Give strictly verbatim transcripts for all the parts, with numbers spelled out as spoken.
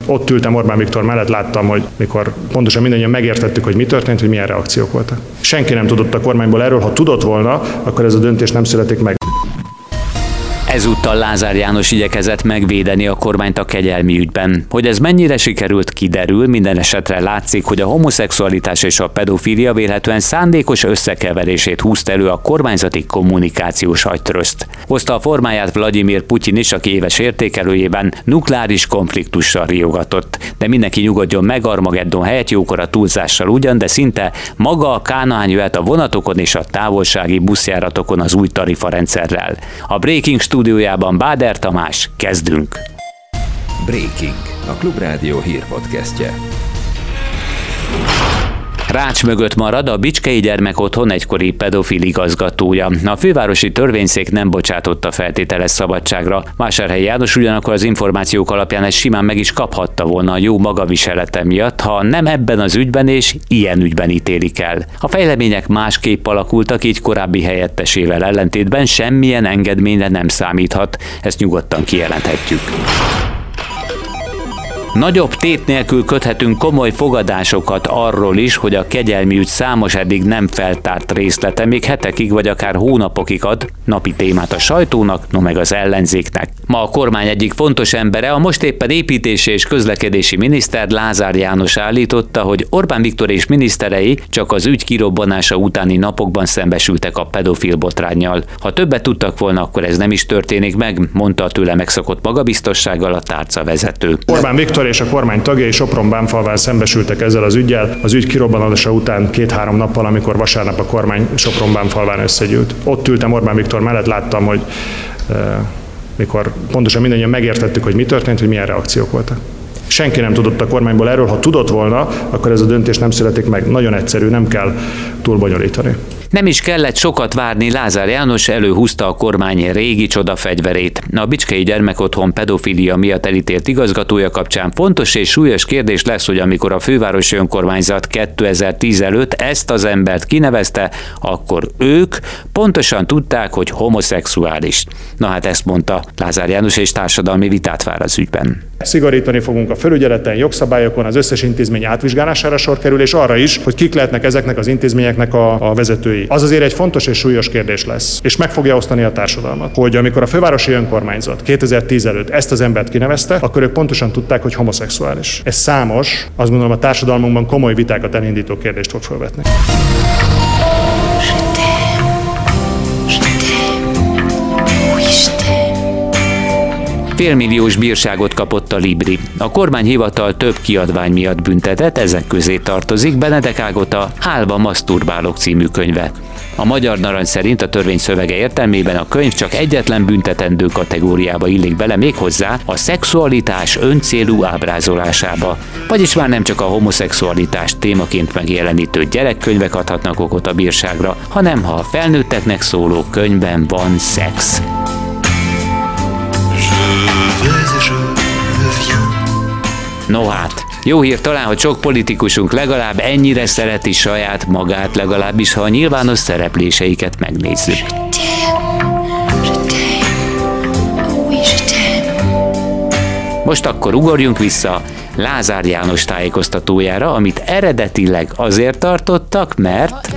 Ott ültem Orbán Viktor mellett, láttam, hogy mikor pontosan mindannyian megértettük, hogy mi történt, hogy milyen reakciók voltak. Senki nem tudott a kormányból erről, ha tudott volna, akkor ez a döntés nem születik meg. Ezúttal Lázár János igyekezett megvédeni a kormányt a kegyelmi ügyben. Hogy ez mennyire sikerült, kiderül, minden esetre látszik, hogy a homoszexualitás és a pedofília vélhetően szándékos összekeverését húzta elő a kormányzati kommunikációs agytröszt. Hozta a formáját Vladimir Putyin is, aki éves értékelőjében nukleáris konfliktussal riogatott. De mindenki nyugodjon meg, Armageddon helyett jókora túlzással ugyan, de szinte maga a Kánaán jöhet a vonatokon és a távolsági buszjáratokon az új tarifarendszerrel. A Breaking stúdiójában Báder Tamás, kezdünk! Breaking, a Klubrádió hírpodcastje. Rács mögött marad a Bicskei Gyermekotthon egykori pedofil igazgatója. A fővárosi törvényszék nem bocsátotta feltételes szabadságra. Vásárhelyi János ugyanakkor az információk alapján ezt simán meg is kaphatta volna a jó magaviselete miatt, ha nem ebben az ügyben és ilyen ügyben ítélik el. A fejlemények másképp alakultak, így korábbi helyettesével ellentétben semmilyen engedményre nem számíthat. Ezt nyugodtan kijelenthetjük. Nagyobb tét nélkül köthetünk komoly fogadásokat arról is, hogy a kegyelmi ügy számos eddig nem feltárt részlete még hetekig vagy akár hónapokig ad napi témát a sajtónak, no meg az ellenzéknek. Ma a kormány egyik fontos embere, a most éppen építési és közlekedési miniszter Lázár János állította, hogy Orbán Viktor és miniszterei csak az ügy kirobbanása utáni napokban szembesültek a pedofil botránnyal. Ha többet tudtak volna, akkor ez nem is történik meg, mondta a tőle megszokott magabiztossággal a tárca vezető. Orbán Viktor és a kormány tagjai Sopron-Bánfalván szembesültek ezzel az üggyel az ügy kirobbanása után két-három nappal, amikor vasárnap a kormány Sopron-Bánfalván összegyűlt. Ott ültem Orbán Viktor mellett, láttam, hogy e, mikor pontosan mindannyian megértettük, hogy mi történt, hogy milyen reakciók voltak. Senki nem tudott a kormányból erről, ha tudott volna, akkor ez a döntés nem születik meg. Nagyon egyszerű, nem kell túl bonyolítani. Nem is kellett sokat várni, Lázár János előhúzta a kormány régi csodafegyverét. A Bicskei Gyermekotthon pedofilia miatt elítélt igazgatója kapcsán fontos és súlyos kérdés lesz, hogy amikor a fővárosi önkormányzat kétezer-tíz előtt ezt az embert kinevezte, akkor ők pontosan tudták, hogy homoszexuális. Na hát ezt mondta Lázár János, és társadalmi vitát vár az ügyben. Szigorítani fogunk a felügyeleten, jogszabályokon, az összes intézmény átvizsgálására sor kerül, és arra is, hogy kik lehetnek ezeknek az intézményeknek a, a vezetői. Az azért egy fontos és súlyos kérdés lesz, és meg fogja osztani a társadalmat, hogy amikor a fővárosi önkormányzat kétezer-tíz előtt ezt az embert kinevezte, akkor ők pontosan tudták, hogy homoszexuális. Ez számos, azt gondolom a társadalmunkban komoly vitákat elindító kérdést fog felvetni. Félmilliós bírságot kapott a Libri. A kormányhivatal több kiadvány miatt büntetett, ezek közé tartozik Benedek Ágota Álva maszturbálok című könyve. A Magyar Narancs szerint a törvény szövege értelmében a könyv csak egyetlen büntetendő kategóriába illik bele, méghozzá a szexualitás öncélú ábrázolásába. Vagyis már nem csak a homoszexualitást témaként megjelenítő gyerekkönyvek adhatnak okot a bírságra, hanem ha a felnőtteknek szóló könyvben van szex. No hát, jó hír talán, hogy sok politikusunk legalább ennyire szereti saját magát, legalábbis ha a nyilvános szerepléseiket megnézzük. Most akkor ugorjunk vissza Lázár János tájékoztatójára, amit eredetileg azért tartottak, mert...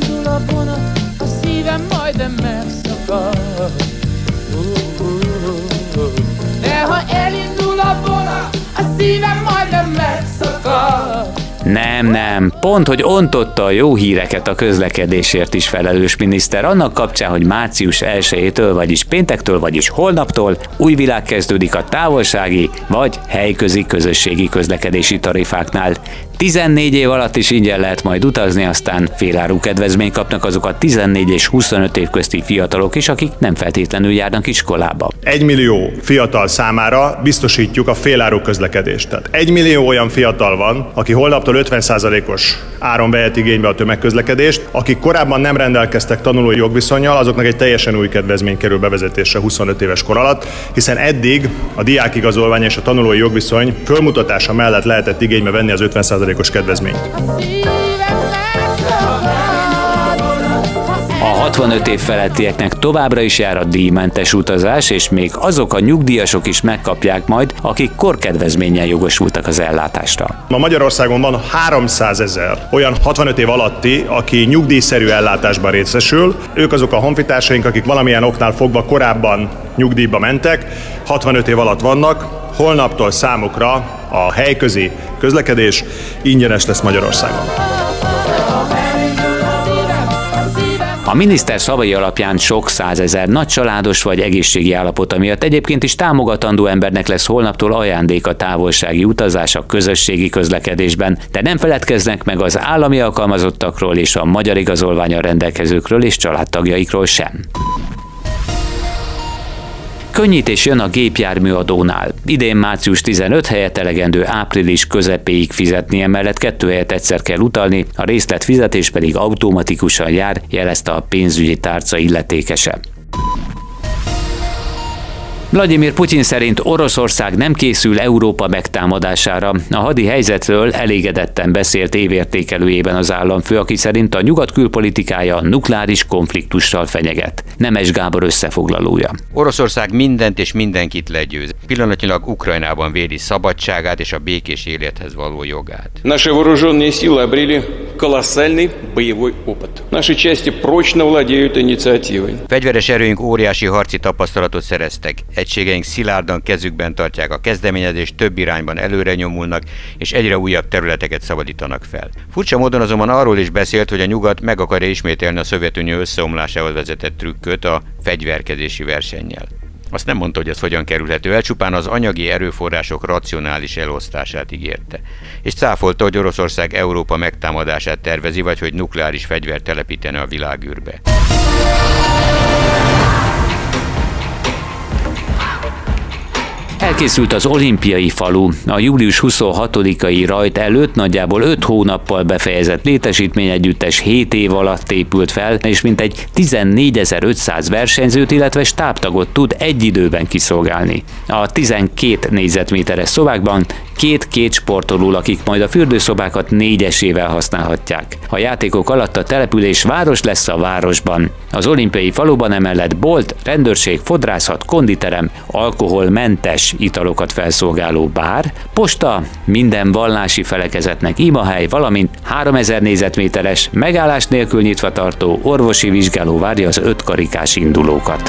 Nem, nem, pont, hogy ontotta a jó híreket a közlekedésért is felelős miniszter annak kapcsán, hogy március elsejétől, vagyis péntektől, vagyis holnaptól új világ kezdődik a távolsági vagy helyközi közösségi közlekedési tarifáknál. tizennégy év alatt is ingyen lehet majd utazni, aztán féláru kedvezményt kapnak azok a tizennégy és huszonöt év közti fiatalok is, akik nem feltétlenül járnak iskolába. Egy millió fiatal számára biztosítjuk a féláru közlekedést. Tehát egy millió olyan fiatal van, aki holnaptól ötven százalékos áron vehet igénybe a tömegközlekedést, akik korábban nem rendelkeztek tanulói jogviszonnyal, azoknak egy teljesen új kedvezmény kerül bevezetésre huszonöt éves kor alatt, hiszen eddig a diákigazolvány és a tanulói jogviszony fölmutatása mellett lehetett igénybe venni az ötven százalékos kedvezményt. A hatvanöt év felettieknek továbbra is jár a díjmentes utazás, és még azok a nyugdíjasok is megkapják majd, akik korkedvezménnyel jogosultak az ellátásra. Ma Magyarországon van háromszázezer olyan hatvanöt év alatti, aki nyugdíjszerű ellátásban részesül. Ők azok a honfitársaink, akik valamilyen oknál fogva korábban nyugdíjba mentek, hatvanöt év alatt vannak, holnaptól számukra a helyközi közlekedés ingyenes lesz Magyarországon. A miniszter szavai alapján sok százezer nagycsaládos vagy egészségi állapota miatt egyébként is támogatandó embernek lesz holnaptól ajándék a távolsági utazás a közösségi közlekedésben, de nem feledkeznek meg az állami alkalmazottakról és a magyar igazolvánnyal rendelkezőkről és családtagjaikról sem. Könnyítés jön a gépjárműadónál. Idén március tizenötödike helyett elegendő április közepéig fizetni, emellett kettő helyet egyszer kell utalni, a részletfizetés pedig automatikusan jár, jelezte a pénzügyi tárca illetékese. Vladimir Putyin szerint Oroszország nem készül Európa megtámadására. A hadi helyzetről elégedetten beszélt évértékelőjében az államfő, aki szerint a nyugat külpolitikája nukleáris konfliktussal fenyeget. Nemes Gábor összefoglalója. Oroszország mindent és mindenkit legyőz. Pillanatnyilag Ukrajnában védi szabadságát és a békés élethez való jogát. Наши вооруженные силы обрели колоссальный боевой опыt. Наши части прочно владеют инициативой. Fegyveres erőink óriási harci tapasztalatot szereztek. Egységeink szilárdan kezükben tartják a kezdeményezést, több irányban előre nyomulnak, és egyre újabb területeket szabadítanak fel. Furcsa módon azonban arról is beszélt, hogy a nyugat meg akarja ismételni a Szovjetunió összeomlásához vezetett trükköt a fegyverkezési versennyel. Azt nem mondta, hogy ez hogyan kerülhető el, csupán az anyagi erőforrások racionális elosztását ígérte. És cáfolta, hogy Oroszország Európa megtámadását tervezi, vagy hogy nukleáris fegyvert telepítene a világűrbe. Elkészült az olimpiai falu. A július huszonhatodikai rajt előtt nagyjából öt hónappal befejezett létesítményegyüttes hét év alatt épült fel, és mintegy tizennégyezer-ötszáz versenyzőt, illetve stábtagot tud egy időben kiszolgálni. A tizenkét négyzetméteres szobákban két-két sportoló lakik, majd a fürdőszobákat négyesével használhatják. A játékok alatt a település város lesz a városban. Az olimpiai faluban emellett bolt, rendőrség, fodrászat, konditerem, alkoholmentes italokat felszolgáló bár, posta, minden vallási felekezetnek imahely, valamint háromezer négyzetméteres, megállás nélkül nyitva tartó orvosi vizsgáló várja az ötkarikás indulókat.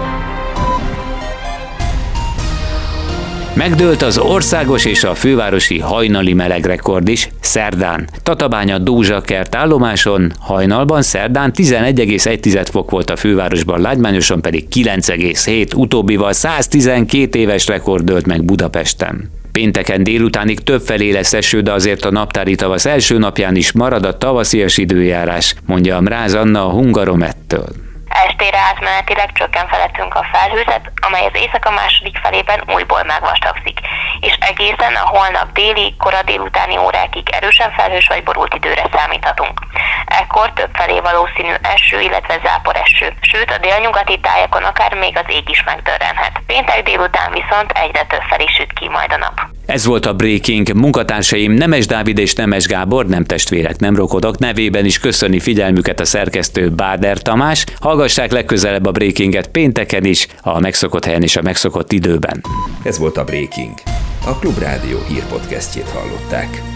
Megdőlt az országos és a fővárosi hajnali melegrekord is szerdán. Tatabánya Dózsakert állomáson hajnalban szerdán tizenegy egész egy fok volt a fővárosban, lágymányosan pedig kilenc egész hét, utóbbival száztizenkét éves rekord dőlt meg Budapesten. Pénteken délutánig többfelé lesz eső, de azért a naptári tavasz első napján is marad a tavaszias időjárás, mondja Mráz Anna a Hungaromettől. Estére átmenetileg csökken felettünk a felhőzet, amely az éjszaka második felében újból megvastagszik, és egészen a holnap déli, kora délutáni órákig erősen felhős vagy borult időre számíthatunk. Ekkor többfelé valószínű eső, illetve zápor eső, sőt a délnyugati tájakon akár még az ég is megdörrenhet. Péntek délután viszont egyre többfelé süt ki majd a nap. Ez volt a Breaking. Munkatársaim Nemes Dávid és Nemes Gábor, nem testvérek, nem rokonok nevében is köszöni figyelmüket a szerkesztő Báder Tamás. Hallgassák legközelebb a Breakinget pénteken is, a megszokott helyen és a megszokott időben. Ez volt a Breaking. A Klubrádió hírpodcastjét hallották.